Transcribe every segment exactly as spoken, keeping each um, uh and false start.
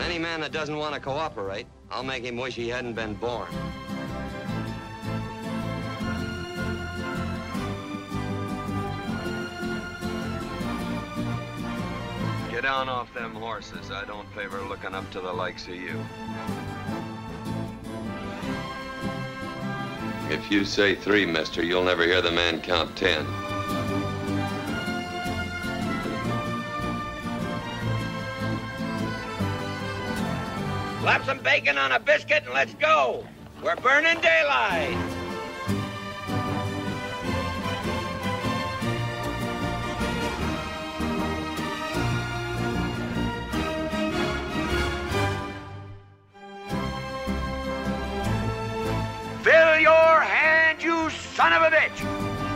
Any man that doesn't want to cooperate, I'll make him wish he hadn't been born. Get down off them horses. I don't favor looking up to the likes of you. If you say three, mister, you'll never hear the man count ten. Slap some bacon on a biscuit and let's go. We're burning daylight. Fill your hand, you son of a bitch!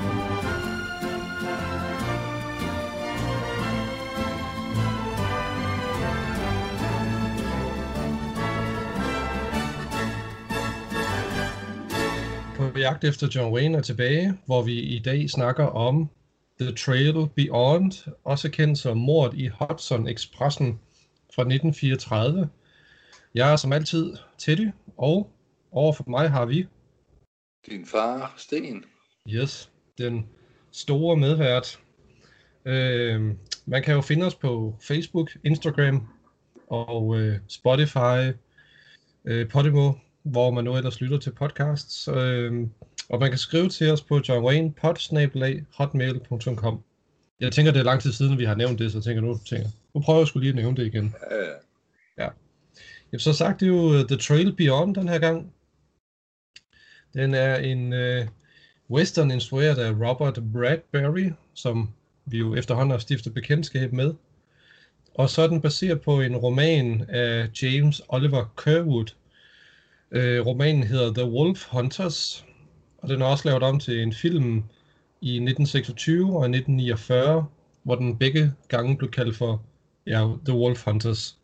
På jagt efter John Wayne er tilbage, hvor vi i dag snakker om The Trail Beyond, også kendt som mordet i Hudson Expressen fra nitten fireogtredive. Jeg er som altid Teddy, og overfor mig har vi din far, Sten. Yes, den store medvært. Øh, man kan jo finde os på Facebook, Instagram og øh, Spotify, øh, Podimo, hvor man nu ellers lytter til podcasts. Øh, og man kan skrive til os på john wayne pod snabel-a hotmail punktum com. Jeg tænker, det er lang tid siden, vi har nævnt det, så jeg tænker nu, tænker, nu prøver jeg sgu lige at nævne det igen. Ja, ja. Ja. Jeg så sagt, det er jo The Trail Beyond den her gang. Den er en øh, western instrueret af Robert Bradbury, som vi jo efterhånden har stiftet bekendtskab med. Og så er den baseret på en roman af James Oliver Curwood. Øh, romanen hedder The Wolf Hunters, og den er også lavet om til en film i nitten seksogtyve og nitten niogfyrre, hvor den begge gange blev kaldt for ja, The Wolf Hunters.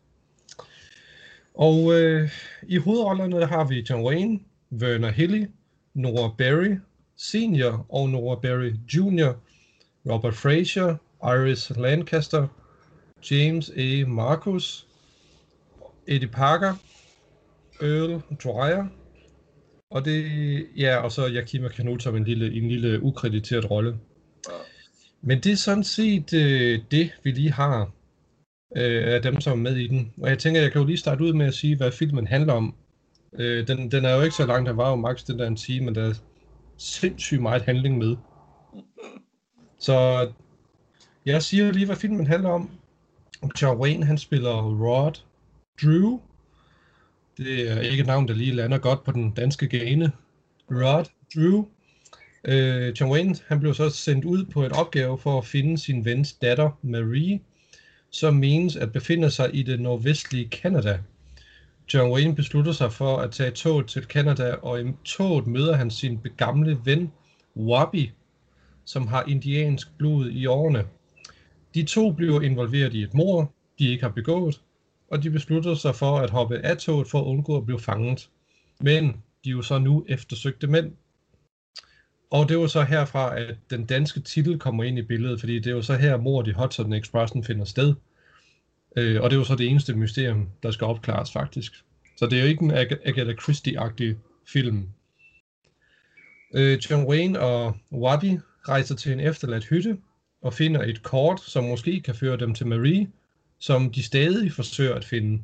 Og øh, i hovedrollerne der har vi John Wayne, Vernon Hilly, Nora Berry senior og Nora Berry junior, Robert Fraser, Iris Lancaster, James A. Marcus, Eddie Parker, Earl Dwyer, og det ja, og så Yakima Canute som en lille, en lille ukrediteret rolle. Men det er sådan set øh, det, vi lige har øh, af dem, som er med i den. Og jeg tænker, jeg kan jo lige starte ud med at sige, hvad filmen handler om. Øh, den, den er jo ikke så lang, der var jo maks den der en time, men der er sindssygt meget handling med. Så jeg siger lige, hvad filmen handler om. John Wayne, han spiller Rod Drew. Det er ikke et navn, der lige lander godt på den danske gane. Rod Drew. Øh, John Wayne, han blev så sendt ud på et opgave for at finde sin vens datter, Marie, som menes at befinde sig i det nordvestlige Canada. John Wayne beslutter sig for at tage toget til Canada, og i toget møder han sin gamle ven, Wabi, som har indiansk blod i årene. De to bliver involveret i et mord, de ikke har begået, og de beslutter sig for at hoppe af toget for at undgå at blive fanget. Men de er jo så nu eftersøgte mænd. Og det var så herfra, at den danske titel kommer ind i billedet, fordi det er jo så her, mordet i Hudson Expressen finder sted. Øh, og det er jo så det eneste mysterium, der skal opklares faktisk. Så det er jo ikke en Ag- Agatha Christie-agtig film. Øh, John Wayne og Wabi rejser til en efterladt hytte og finder et kort, som måske kan føre dem til Marie, som de stadig forsøger at finde.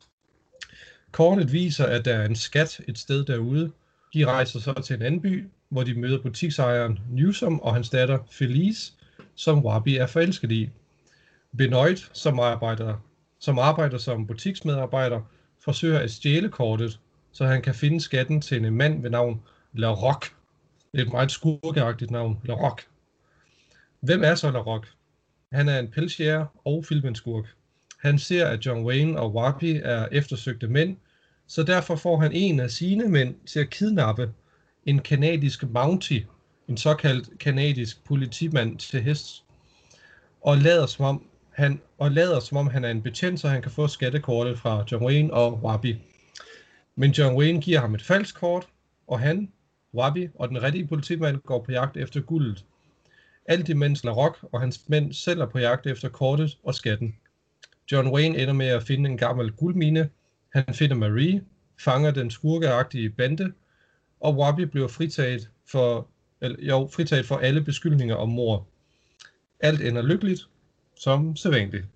Kortet viser, at der er en skat et sted derude. De rejser så til en anden by, hvor de møder butiksejeren Newsom og hans datter Felice, som Wabi er forelsket i. Benoit, som arbejder, som arbejder som butiksmedarbejder, forsøger at stjæle kortet, så han kan finde skatten til en mand ved navn La Roque. Det er et meget skurkeagtigt navn, La Roque. Hvem er så La Roque? Han er en pelsjæger og filmenskurk. Han ser, at John Wayne og Wabi er eftersøgte mænd, så derfor får han en af sine mænd til at kidnappe en kanadisk Mountie, en såkaldt kanadisk politimand til hest, og lader som om han, og lader som om han er en betjent, så han kan få skattekortet fra John Wayne og Wabi. Men John Wayne giver ham et falsk kort, og han, Wabi og den rigtige politimand går på jagt efter guldet. Alt imens La Roque og hans mænd selv er på jagt efter kortet og skatten. John Wayne ender med at finde en gammel guldmine. Han finder Marie, fanger den skurkeagtige bande, og Wabi bliver fritaget for, eller, jo, fritaget for alle beskyldninger om mord. Alt ender lykkeligt, som sædvanligt.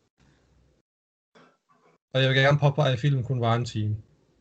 Og jeg vil gerne påpege, at filmen kun var en time.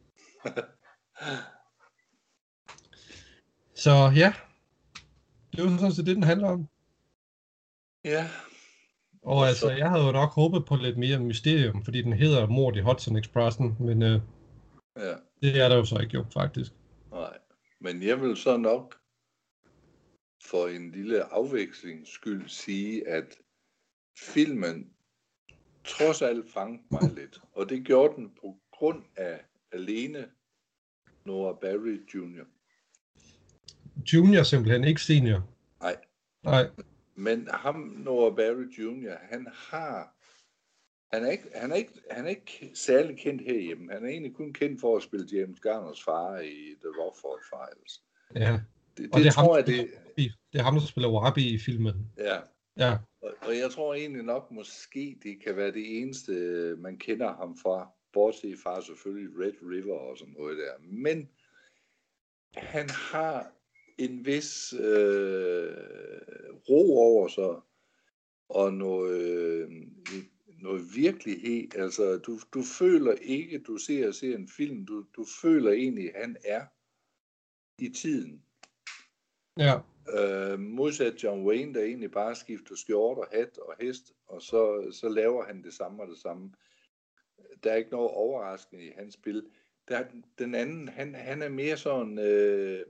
Så ja, det var sådan set det, den handler om. Ja. Og, og altså, så... jeg havde jo nok håbet på lidt mere mysterium, fordi den hedder Mord i Hudson Expressen, men øh, ja. det er der jo så ikke gjort, faktisk. Nej, men jeg vil så nok for en lille afvekslings skyld sige, at filmen trods alt fangede mig lidt. Og det gjorde den på grund af alene Noah Barry junior Junior simpelthen, ikke senior. Nej. Nej. Men ham, Noah Barry junior, han har... Han er, ikke, han, er ikke, han er ikke særlig kendt herhjemme. Han er egentlig kun kendt for at spille James Garners far i The Rockford Files. Ja. Det, det, og det er, tror ham, jeg, det... det er ham, der spiller Wabi i filmen. Ja. Ja. Og, og jeg tror egentlig nok, måske det kan være det eneste, man kender ham fra. Bortset fra selvfølgelig Red River og sådan noget der. Men han har en vis øh, ro over sig, og noget, øh, noget virkelighed. Altså, du, du føler ikke, du ser og ser en film, du, du føler egentlig, at han er i tiden. Ja. Øh, modsat John Wayne, der egentlig bare skifter skjort og hat og hest, og så, så laver han det samme og det samme. Der er ikke noget overraskende i hans spil. Der, den anden, han, han er mere sådan... Øh,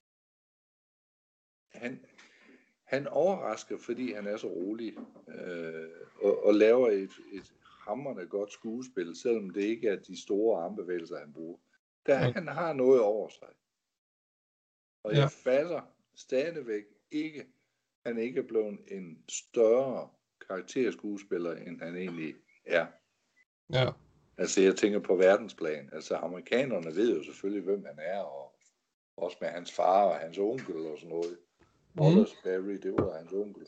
han, han overrasker, fordi han er så rolig, øh, og, og laver et, et hamrende godt skuespil, selvom det ikke er de store armbevægelser, han bruger. Der, ja. Han har noget over sig. Og ja. Jeg fatter stadigvæk ikke, han ikke er blevet en større karakterskuespiller, end han egentlig er. Ja. Altså, jeg tænker på verdensplan. Altså, amerikanerne ved jo selvfølgelig, hvem han er, og også med hans far og hans onkel og sådan noget. Wallace mm. Barry, det var hans onkel.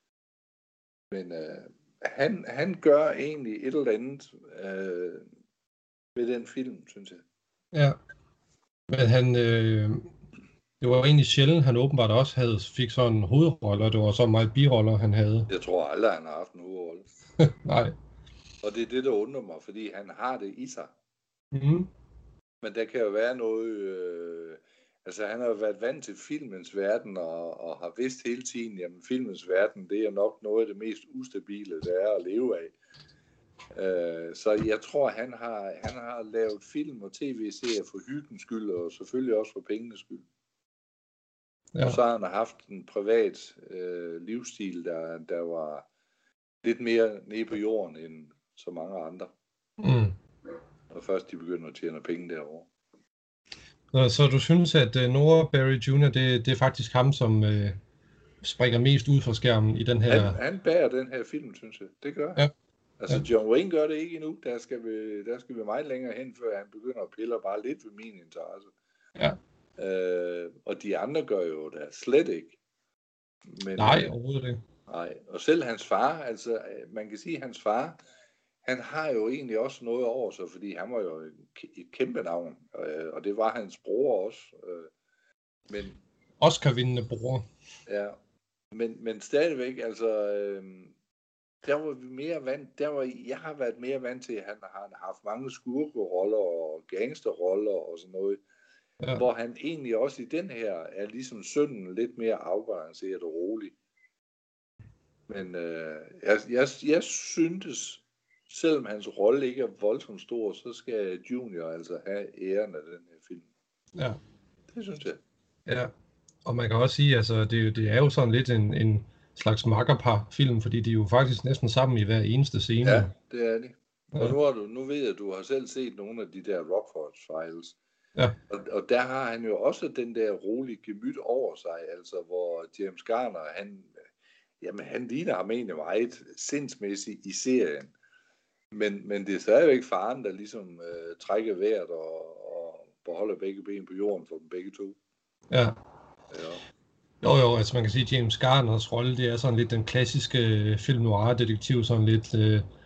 Men øh, han, han gør egentlig et eller andet øh, ved den film, synes jeg. Ja. Men han... Øh... Det var egentlig sjældent, han åbenbart også havde, fik sådan en hovedrolle, og det var så meget biroller, han havde. Jeg tror aldrig, han har haft en hovedrolle. Nej. Og det er det, der undrer mig, fordi han har det i sig. Mm-hmm. Men der kan jo være noget... Øh, altså, han har jo været vant til filmens verden, og, og har vidst hele tiden, jamen filmens verden, det er nok noget af det mest ustabile, der er at leve af. Øh, så jeg tror, han har, han har lavet film og tv-serier for hyggens skyld, og selvfølgelig også for pengenes skyld. Ja. Og så har han haft en privat øh, livsstil, der, der var lidt mere nede på jorden end så mange andre. Mm. Og først de begynder at tjene penge derovre. Så, så du synes, at uh, Noah Barry junior, det, det er faktisk ham, som uh, springer mest ud fra skærmen i den her... Han, han bærer den her film, synes jeg. Det gør han. Ja. Altså, ja. John Wayne gør det ikke endnu. Der skal, vi, der skal vi meget længere hen, før han begynder at pille bare lidt ved min interesse. Ja. Øh, og de andre gør jo det slet ikke. Men, nej, overhovedet ikke. Nej, og selv hans far, altså man kan sige, at hans far, han har jo egentlig også noget over sig, fordi han var jo et kæmpe navn, øh, og det var hans bror også. Øh, men Oscar-vindende bror. Ja, men, men stadigvæk, altså, øh, der var vi mere vant, der var, jeg har været mere vant til, at han har haft mange skurkeroller og gangsterroller og sådan noget. Ja. Hvor han egentlig også i den her er ligesom sønnen lidt mere afbalanceret og rolig. Men øh, jeg, jeg, jeg syntes, selvom hans rolle ikke er voldsomt stor, så skal Junior altså have æren af den her film. Ja. Det synes jeg. Ja, og man kan også sige, altså det, det er jo sådan lidt en, en slags makkerpar-film, fordi de er jo faktisk næsten sammen i hver eneste scene. Ja, det er de. Ja. Og nu, har du, nu ved jeg, at du har selv set nogle af de der Rockford Files. Ja. Og, og der har han jo også den der rolige gemyt over sig, altså hvor James Garner, han, jamen, han ligner ham egentlig meget sindsmæssigt i serien. Men, men det er stadigvæk faren, der ligesom øh, trækker vejret og, og beholder begge ben på jorden for dem begge to. Ja. Ja. Jo jo, altså man kan sige, at James Garners rolle, det er sådan lidt den klassiske film noir detektiv, sådan lidt øh,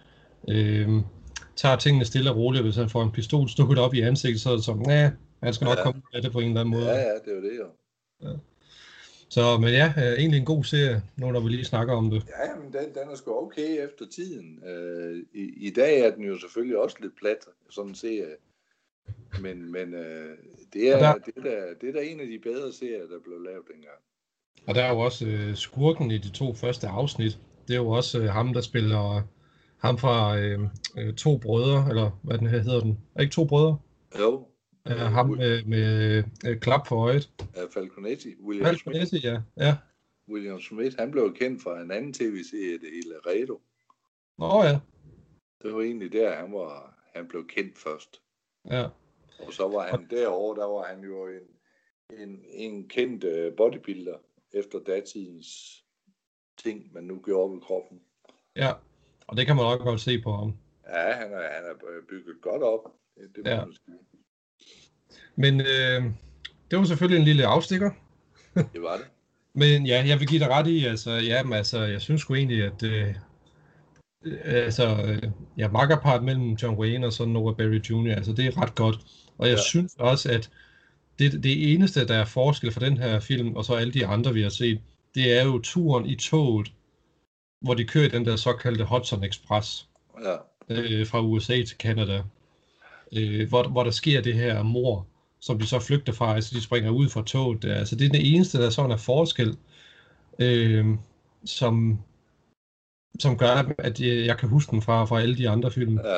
øh, tager tingene stille og roligt. Hvis han får en pistol stukket op i ansigtet, så er det sådan, ja, han skal nok Ja. komme af det på en eller anden måde. Ja, ja, det er jo det jo. Ja. Så, men ja, øh, egentlig en god serie, nu når vi lige snakker om det. Ja, men den, den er sgu okay efter tiden. Øh, i, I dag er den jo selvfølgelig også lidt plat, sådan en serie. Men, men øh, det, er, der, det, er da, det er da en af de bedre serier, der blev lavet dengang. Og der er jo også øh, skurken i de to første afsnit. Det er jo også øh, ham, der spiller ham fra øh, øh, To Brødre, eller hvad den her hedder den. Er ikke To Brødre? Jo. Øh, ham med, med øh, klap for øjet. Ja, Falconetti. William Falconetti, Smith. ja. ja. William Smith, han blev kendt fra en anden tv-serie, det hele Redo. Nå ja. Det var egentlig der, han, var, han blev kendt først. Ja. Og så var han derovre, der var han jo en, en, en kendt uh, bodybuilder, efter datidens ting, man nu gjorde ved kroppen. Ja, og det kan man også godt se på ham. Ja, han er, han er bygget godt op. Det må ja. man sige. Men øh, det var selvfølgelig en lille afstikker. Det var det. Men ja, jeg vil give dig ret i, altså, ja, men, altså, jeg synes sgu egentlig, at øh, altså, øh, ja, makkerpart mellem John Wayne og så Noah Berry junior, altså det er ret godt. Og jeg ja. synes også, at det, det eneste, der er forskel for den her film, og så alle de andre, vi har set, det er jo turen i toget, hvor de kører den der såkaldte Hudson Express ja. øh, fra U S A til Canada, øh, hvor, hvor der sker det her mord, som de så flygter fra, altså de springer ud fra toget. Der. Altså det er den eneste, der sådan er forskel, øh, som, som gør, at jeg, jeg kan huske den fra, fra alle de andre film. Ja.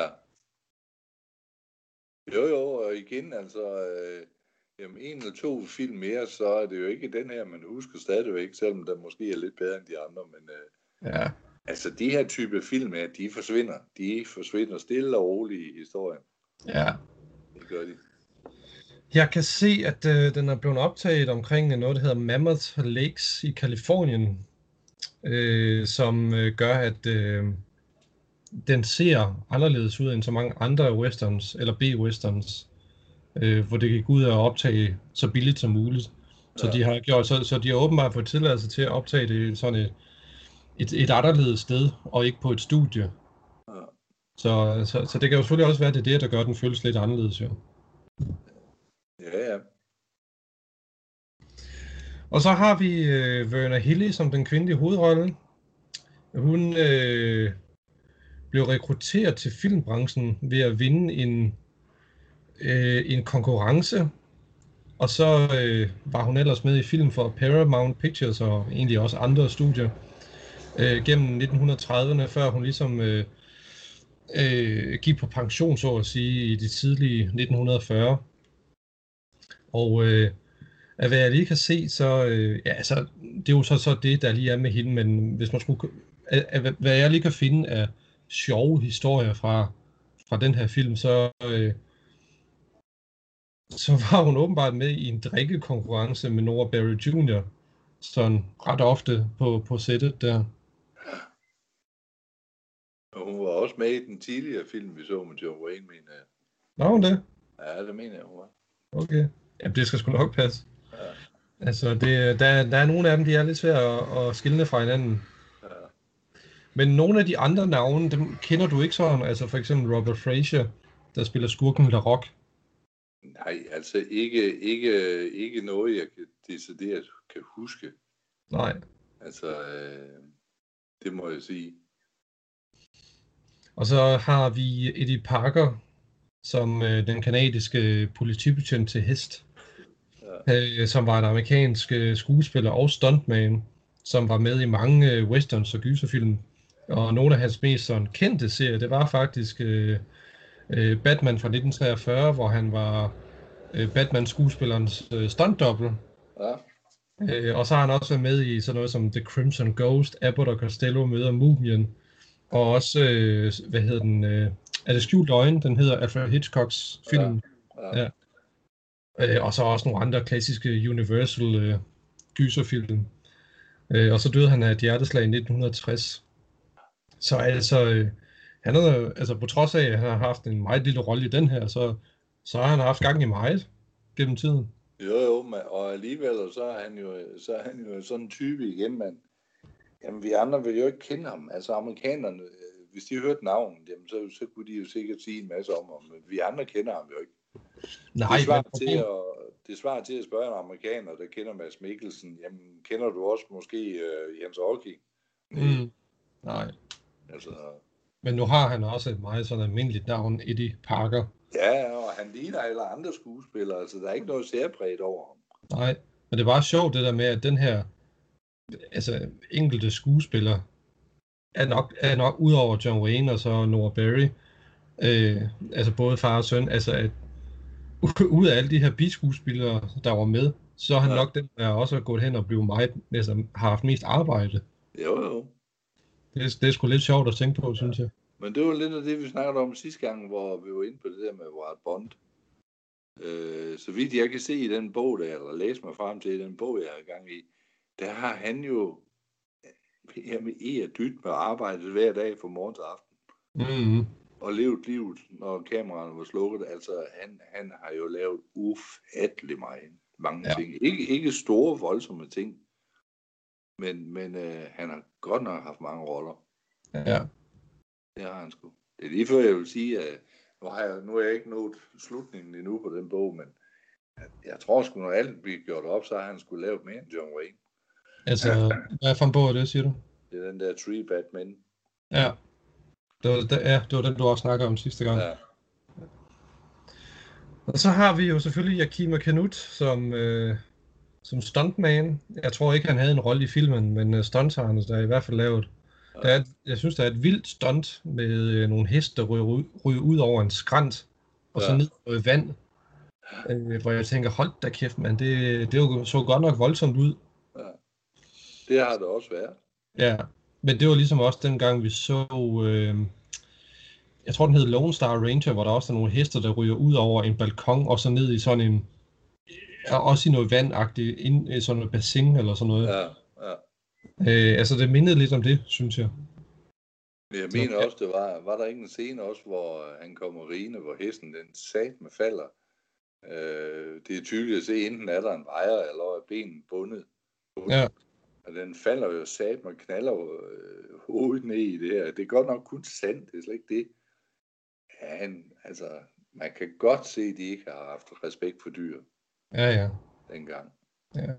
Jo jo, og igen, altså, øh, jamen en eller to film mere, så er det jo ikke den her, man husker stadigvæk, selvom der måske er lidt bedre end de andre, men øh, ja. altså de her type film her, de forsvinder. De forsvinder stille og roligt i historien. Ja. Det gør de. Jeg kan se, at øh, den er blevet optaget omkring noget, der hedder Mammoth Lakes i Kalifornien, øh, som øh, gør, at øh, den ser anderledes ud end så mange andre westerns, eller B-westerns, øh, hvor det gik ud at optage så billigt som muligt. Så ja. de har gjort, så, så de har åbenbart fået tilladelse til at optage det sådan et, et, et anderledes sted, og ikke på et studie. Ja. Så, så, så det kan jo selvfølgelig også være, det er det, der gør, den føles lidt anderledes, jo. Ja, ja. Og så har vi øh, Verna Healy som den kvindelige hovedrolle. Hun øh, blev rekrutteret til filmbranchen ved at vinde en, øh, en konkurrence. Og så øh, var hun ellers med i film for Paramount Pictures og egentlig også andre studier øh, gennem nitten trediverne, før hun ligesom øh, øh, gik på pension, så at sige, i de tidlige nitten fyrre. Og øh, af hvad jeg lige kan se, så øh, ja, altså, det er jo så, så det, der lige er med hende, men hvis man skulle, af, af, hvad jeg lige kan finde af sjove historier fra, fra den her film, så, øh, så var hun åbenbart med i en drikkekonkurrence med Noah Berry junior, sådan ret ofte på, på sættet der. Og hun var også med i den tidligere film, vi så med John Wayne, mener jeg. Var hun det? Ja, det mener jeg, hun var. Okay. Jamen, det skal sgu nok passe. Ja. Altså, det, der, der er nogle af dem, de er lidt svære at, at skille fra hinanden. Ja. Men nogle af de andre navne, dem kender du ikke sådan. Altså for eksempel Robert Frazier, der spiller skurken Larrock. Nej, altså ikke, ikke, ikke noget, jeg kan decideret kan huske. Nej. Altså, øh, det må jeg sige. Og så har vi Eddie Parker, som øh, den kanadiske politibetjent til hest. Ja. Øh, som var en amerikansk øh, skuespiller og stuntman, som var med i mange øh, westerns og gyserfilm. Og nogle af hans mest sådan, kendte serier, det var faktisk øh, øh, Batman fra nitten treogfyrre, hvor han var øh, Batman-skuespillerens øh, stunt-double. Ja. Øh, og så har han også været med i sådan noget som The Crimson Ghost, Abbott og Costello møder Mumien. Og også, øh, hvad hedder den, øh, er det Skjult Øjne, den hedder Alfred Hitchcocks film. Ja. Ja. Øh, og så også nogle andre klassiske Universal øh, gyserfilm. Øh, og så døde han af et hjerteslag i nitten tres. Så altså, øh, han havde, altså på trods af, at han har haft en meget lille rolle i den her, så, så har han haft gang i meget gennem tiden. Jo jo, og alligevel så er han jo, så er han jo sådan en type igen, man. Jamen vi andre vil jo ikke kende ham. Altså amerikanerne hvis de hørte navnet, jamen, så, så kunne de jo sikkert sige en masse om ham, men vi andre kender ham jo ikke. Nej, det, svarer men... til at, det svarer til at spørge en amerikaner, der kender Mads Mikkelsen, jamen kender du også måske uh, Jens Orki? Mm. Nej. Altså... Men nu har han også et meget sådan almindeligt navn, Eddie Parker. Ja, og han ligner alle andre skuespillere, altså der er ikke noget særpræget over ham. Nej, men det var sjovt det der med, at den her altså enkelte skuespiller er nok, er nok ud over John Wayne og så Nora Barry, øh, altså både far og søn, altså at ud af alle de her biskuespillere, der var med, så er han ja. nok den, der også gået hen og blevet meget, altså har haft mest arbejde. Jo, jo. Det, det er sgu lidt sjovt at tænke på, ja. synes jeg. Men det var lidt af det, vi snakkede om sidste gang, hvor vi var inde på det der med Ward Bond. Øh, så vidt jeg kan se i den bog der, eller læse mig frem til i den bog, jeg er i gang i, der har han jo her med e og dyt med arbejdet hver dag fra morgen til aften. Mm-hmm. Og levet livet, når kameraerne var slukket. Altså, han, han har jo lavet ufattelig meget, mange ja. ting. Ikke, ikke store, voldsomme ting, men, men øh, han har godt nok haft mange roller. Ja. Det har han sgu. Det er lige før, jeg vil sige, at nu har jeg, nu har jeg ikke nået slutningen endnu på den bog, men jeg tror sgu, når alt bliver gjort op, så har han sgu lavet mere end John Wayne. Altså, hvad for en bog er det, siger du? Det er den der Three Bad Men. Ja. Det var, ja, det var den, du også snakkede om sidste gang. Ja. Og så har vi jo selvfølgelig Yakima Canut som, øh, som stuntman. Jeg tror ikke, han havde en rolle i filmen, men uh, stunterne der er i hvert fald lavet. Ja. Der er, jeg synes, der er et vildt stunt med øh, nogle heste, der ryger ud, ryger ud over en skrant, og ja. så ned i vand. Øh, hvor jeg tænker, hold da kæft, mand, det, det jo så godt nok voldsomt ud. Ja. Det har det også været. Ja, men det var ligesom også dengang, vi så, øh, jeg tror den hed Lone Star Ranger, hvor der også er nogle hester, der ryger ud over en balkon, og så ned i sådan en, også i noget vandagtigt, ind i sådan et bassin eller sådan noget. Ja, ja. Øh, altså det mindede lidt om det, synes jeg. Men jeg mener også, det var, var der ikke en scene også, hvor han kommer rigende, hvor hesten den satme falder. Øh, det er tydeligt at se, enten er der en vejer, eller er benen bundet. Ja. Og den falder jo sat, man knaller øh, hovedet ned i det her. Det er godt nok kun sandt, det er slet ikke det. Ja, han, altså, man kan godt se, at de ikke har haft respekt for dyr. Ja, ja. Dengang. Ja.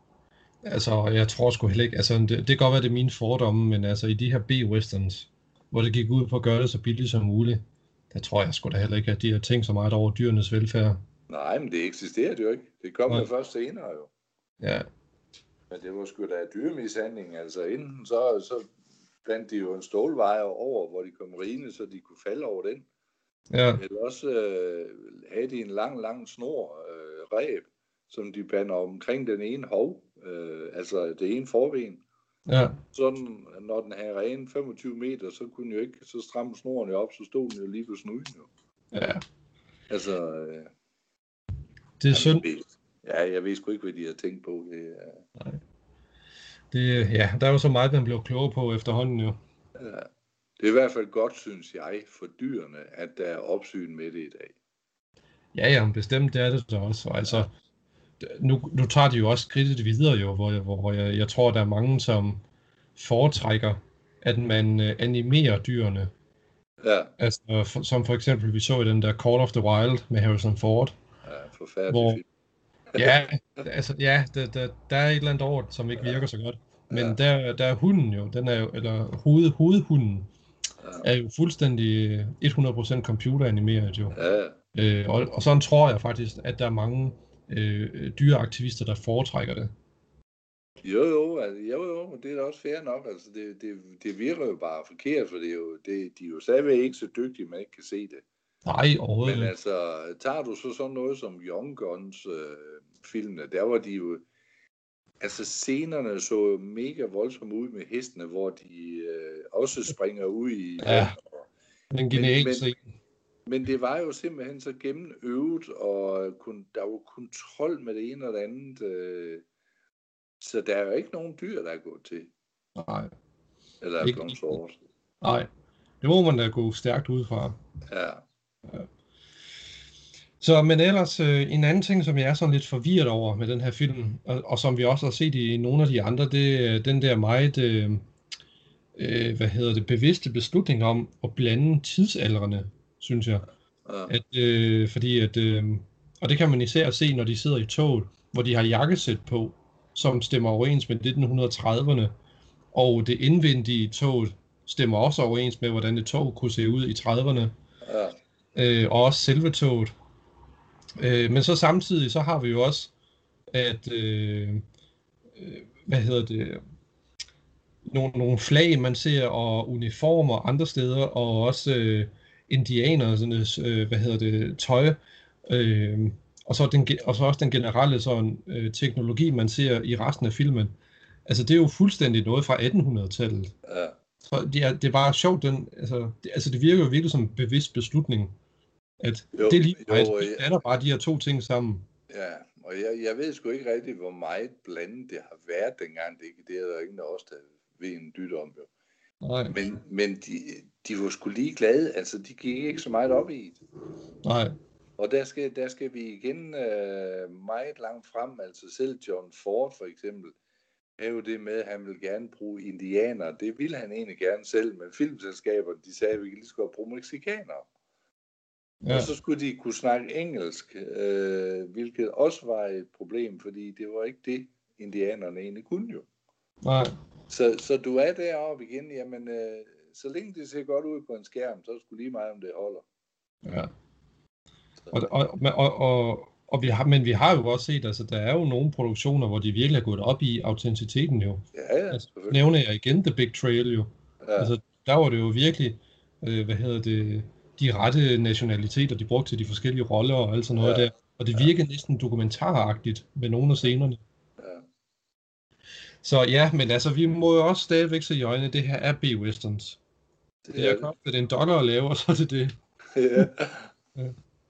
Altså, jeg tror sgu heller ikke, altså, det, det kan godt være, det er mine fordomme, men altså, i de her B-westerns, hvor det gik ud på at gøre det så billigt som muligt, der tror jeg sgu da heller ikke, at de har tænkt så meget over dyrenes velfærd. Nej, men det eksisterer jo ikke. Det kom jo først senere jo. Ja. Men det var sgu da dyremishandling, altså inden så, så bandt de jo en stålvejer over, hvor de kom rigende, så de kunne falde over den. Ja. Eller også øh, havde de en lang, lang snor, øh, ræb, som de bander omkring den ene hov, øh, altså det ene forben. Ja. Sådan, når den havde ren femogtyve meter, så kunne den jo ikke, så stramme snoren jo op, så stod den jo lige på snuden jo. Ja. Altså... Øh, det er synd. Ja, jeg ved sgu ikke, hvad de har tænkt på. Det, uh... Nej. Det, ja, der er jo så meget, man bliver klogere på efterhånden jo. Ja. Det er i hvert fald godt, synes jeg, for dyrene, at der er opsyn med det i dag. Ja, ja, bestemt det er det så også. Og altså, nu, nu tager de jo også skridtet videre jo, hvor, hvor jeg, jeg tror, der er mange, som foretrækker, at man uh, animerer dyrene. Ja. Altså, for, som for eksempel, vi så i den der Call of the Wild med Harrison Ford. Ja, forfærdelig hvor, film. ja, altså, ja der, der, der er et eller andet over det, som ikke virker så godt. Men ja. der, der er hunden jo, den er jo, eller hoved, hovedhunden, ja. er jo fuldstændig hundrede procent computeranimeret jo. Ja. Øh, og, og sådan tror jeg faktisk, at der er mange øh, dyreaktivister, der foretrækker det. Jo, jo, altså, jo, jo, det er da også fair nok. Altså, det, det, det virker jo bare forkert, for det er jo, det, de er jo stadigvæk ikke så dygtige, man ikke kan se det. Nej, overhovedet. Men altså, tager du så sådan noget som Young Guns øh, filmene, der var de jo, altså scenerne så jo mega voldsomme ud med hestene, hvor de øh, også springer ud i... Ja, den genetik. Men, men, men det var jo simpelthen så gennemøvet, og kun, der var kontrol med det ene og det andet, øh, så der er jo ikke nogen dyr, der er gået til. Nej. Eller er blevet såret. Nej, det må man da gå stærkt ud fra. Ja. Ja. Så, men ellers øh, en anden ting, som jeg er sådan lidt forvirret over med den her film, og, og som vi også har set i nogle af de andre, det er den der meget, øh, øh, hvad hedder det, bevidste beslutning om at blande tidsaldrene, synes jeg. Ja. At, øh, fordi at, øh, og det kan man især se, når de sidder i toget, hvor de har jakkesæt på, som stemmer overens med nitten trediverne, og det indvendige tog stemmer også overens med, hvordan et tog kunne se ud i trediverne, Ja. øh, og også selve toget. Øh, men så samtidig, så har vi jo også, at, øh, øh, hvad hedder det, nogle, nogle flag, man ser, og uniformer andre steder, og også øh, indianernes, øh, hvad hedder det, tøj, øh, og, så den, og så også den generelle sådan, øh, teknologi, man ser i resten af filmen. Altså, det er jo fuldstændig noget fra attenhundredetallet. Ja. Så det er, det er bare sjovt, den, altså, det, altså, det virker jo virkelig som en bevidst beslutning, at Jo, det er lige jo, meget, ja. vi blander bare de her to ting sammen. Ja, og jeg, jeg ved sgu ikke rigtig, hvor meget blandet det har været dengang. Det, det er der ingen af os, der ved en dyt om, jo. Nej. Men, men de, de var sgu lige glade, altså de gik ikke så meget op i det. Nej. Og der skal, der skal vi igen øh, meget langt frem, altså selv John Ford for eksempel, er jo det med, at han vil gerne bruge indianere. Det ville han egentlig gerne selv, men filmselskaberne, de sagde, at vi kan lige så godt bruge mexikanere. Ja. Og så skulle de kunne snakke engelsk, øh, hvilket også var et problem, fordi det var ikke det, indianerne egentlig kunne jo. Nej. Så, så du er deroppe igen, jamen, øh, så længe det ser godt ud på en skærm, så er det sgu lige meget, om det holder. Ja. Og, og, og, og, og vi har, men vi har jo også set, altså der er jo nogle produktioner, hvor de virkelig er gået op i autenticiteten jo. Ja, ja, altså, nævner jeg igen The Big Trail jo. Ja. Altså, der var det jo virkelig, øh, hvad hedder det, de rette nationaliteter, de brugte til de forskellige roller og alt sådan noget ja. Der. Og det virkede ja. næsten dokumentaragtigt med nogle af scenerne. Ja. Så ja, men altså, vi må jo også stadigvæk se i øjnene, det her er B-westerns. Det, det er godt, at det er en dollar at lave, og så er det det. Ja. Ja.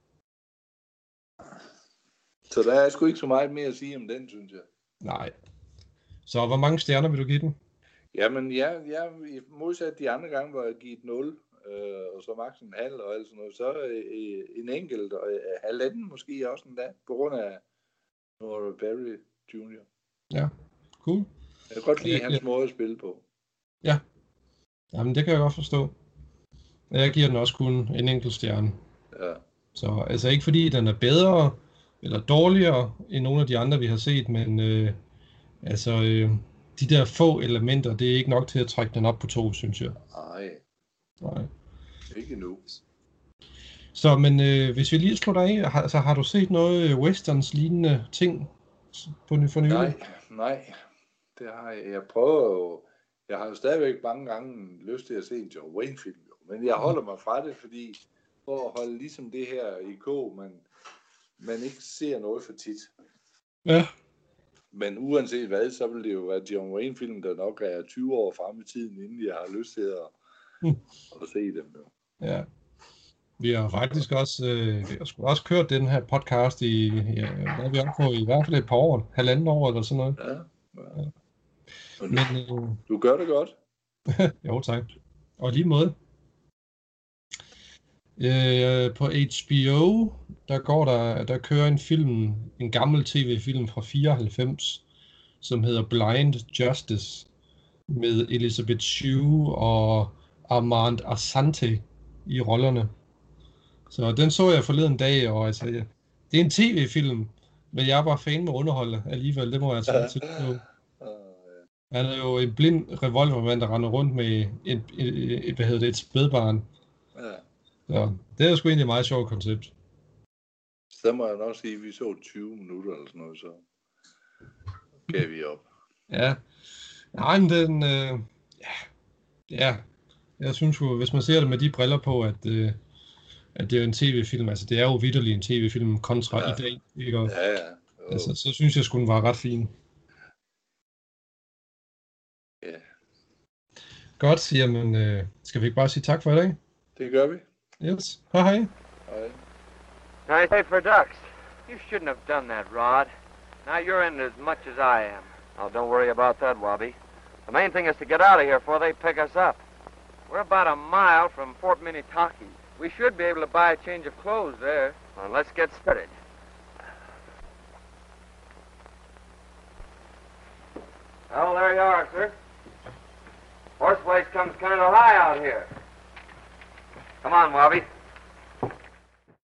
Så der er sgu ikke så meget mere at sige om den, synes jeg. Nej. Så hvor mange stjerner vil du give den? Jamen, ja, ja modsat de andre gange, hvor jeg givet nul, øh, og så maks en halv og alt sådan noget, så øh, en enkelt, og øh, halvanden måske også en dag, på grund af Nora Barry junior Ja, cool. Jeg kan godt lide ja, hans ja. måde at spille på. Ja, jamen det kan jeg godt forstå. Jeg giver den også kun en enkelt stjerne. Ja. Så altså ikke fordi den er bedre eller dårligere end nogle af de andre, vi har set, men øh, altså øh, de der få elementer, det er ikke nok til at trække den op på to, synes jeg. Nej. Nej. Ikke nu. Så, men øh, hvis vi lige slutter af, har, altså, har du set noget westerns lignende ting på for nylig? Nej, nej. Det har jeg. Jeg prøver jo, jeg har jo stadigvæk mange gange lyst til at se en John Wayne film, jo. Men jeg holder mig fra det, fordi for at holde ligesom det her i kog, man, man ikke ser noget for tit. Ja. Men uanset hvad, så vil det jo være John Wayne film, der nok er tyve år frem i tiden, inden jeg har lyst til at, mm. at se dem. Jo. Ja. Vi har faktisk også, øh, vi har sgu også kørt den her podcast i, ja, hvad er vi oppe på, i hvert fald et par år, halvanden år eller sådan noget. Ja, ja. Ja. Du, Men, øh, du gør det godt. jo, tak. Og lige måde. Øh, på H B O, der går der, der kører en film, en gammel tv-film fra fireoghalvfems, som hedder Blind Justice, med Elizabeth Shue og Armand Assante i rollerne. Så den så jeg forleden dag, og altså, ja, det er en tv-film, men jeg er bare fan med underholdet alligevel, det må jeg altså til på. Han er jo en blind revolvermand, der render rundt med et, et, et, et, hvad hedder det, et spædbarn. Ja. Så det er sgu egentlig et meget sjovt koncept. Så må jeg nok sige, at vi så tyve minutter eller sådan noget, så gav vi op. Ja, nej, men den, øh, ja, ja, jeg synes jo, hvis man ser det med de briller på, at, øh, at det er en tv-film, altså det er jo vitterlig en tv-film kontra ja. i dag, ikke? Og, ja, ja. Altså, så synes jeg sgu, den var ret fin. Ja. Godt, jamen, øh, skal vi ikke bare sige tak for i dag? Det gør vi. Yes, hej hej. Hej. I say for ducks. You shouldn't have done that, Rod. Now you're in it as much as I am. Oh, don't worry about that, Wabi. The main thing is to get out of here before they pick us up. We're about a mile from Fort Minnetonka. We should be able to buy a change of clothes there. Well, let's get started. Oh, there you are, sir. Horse place comes kind of high out here. Come on, Wabi.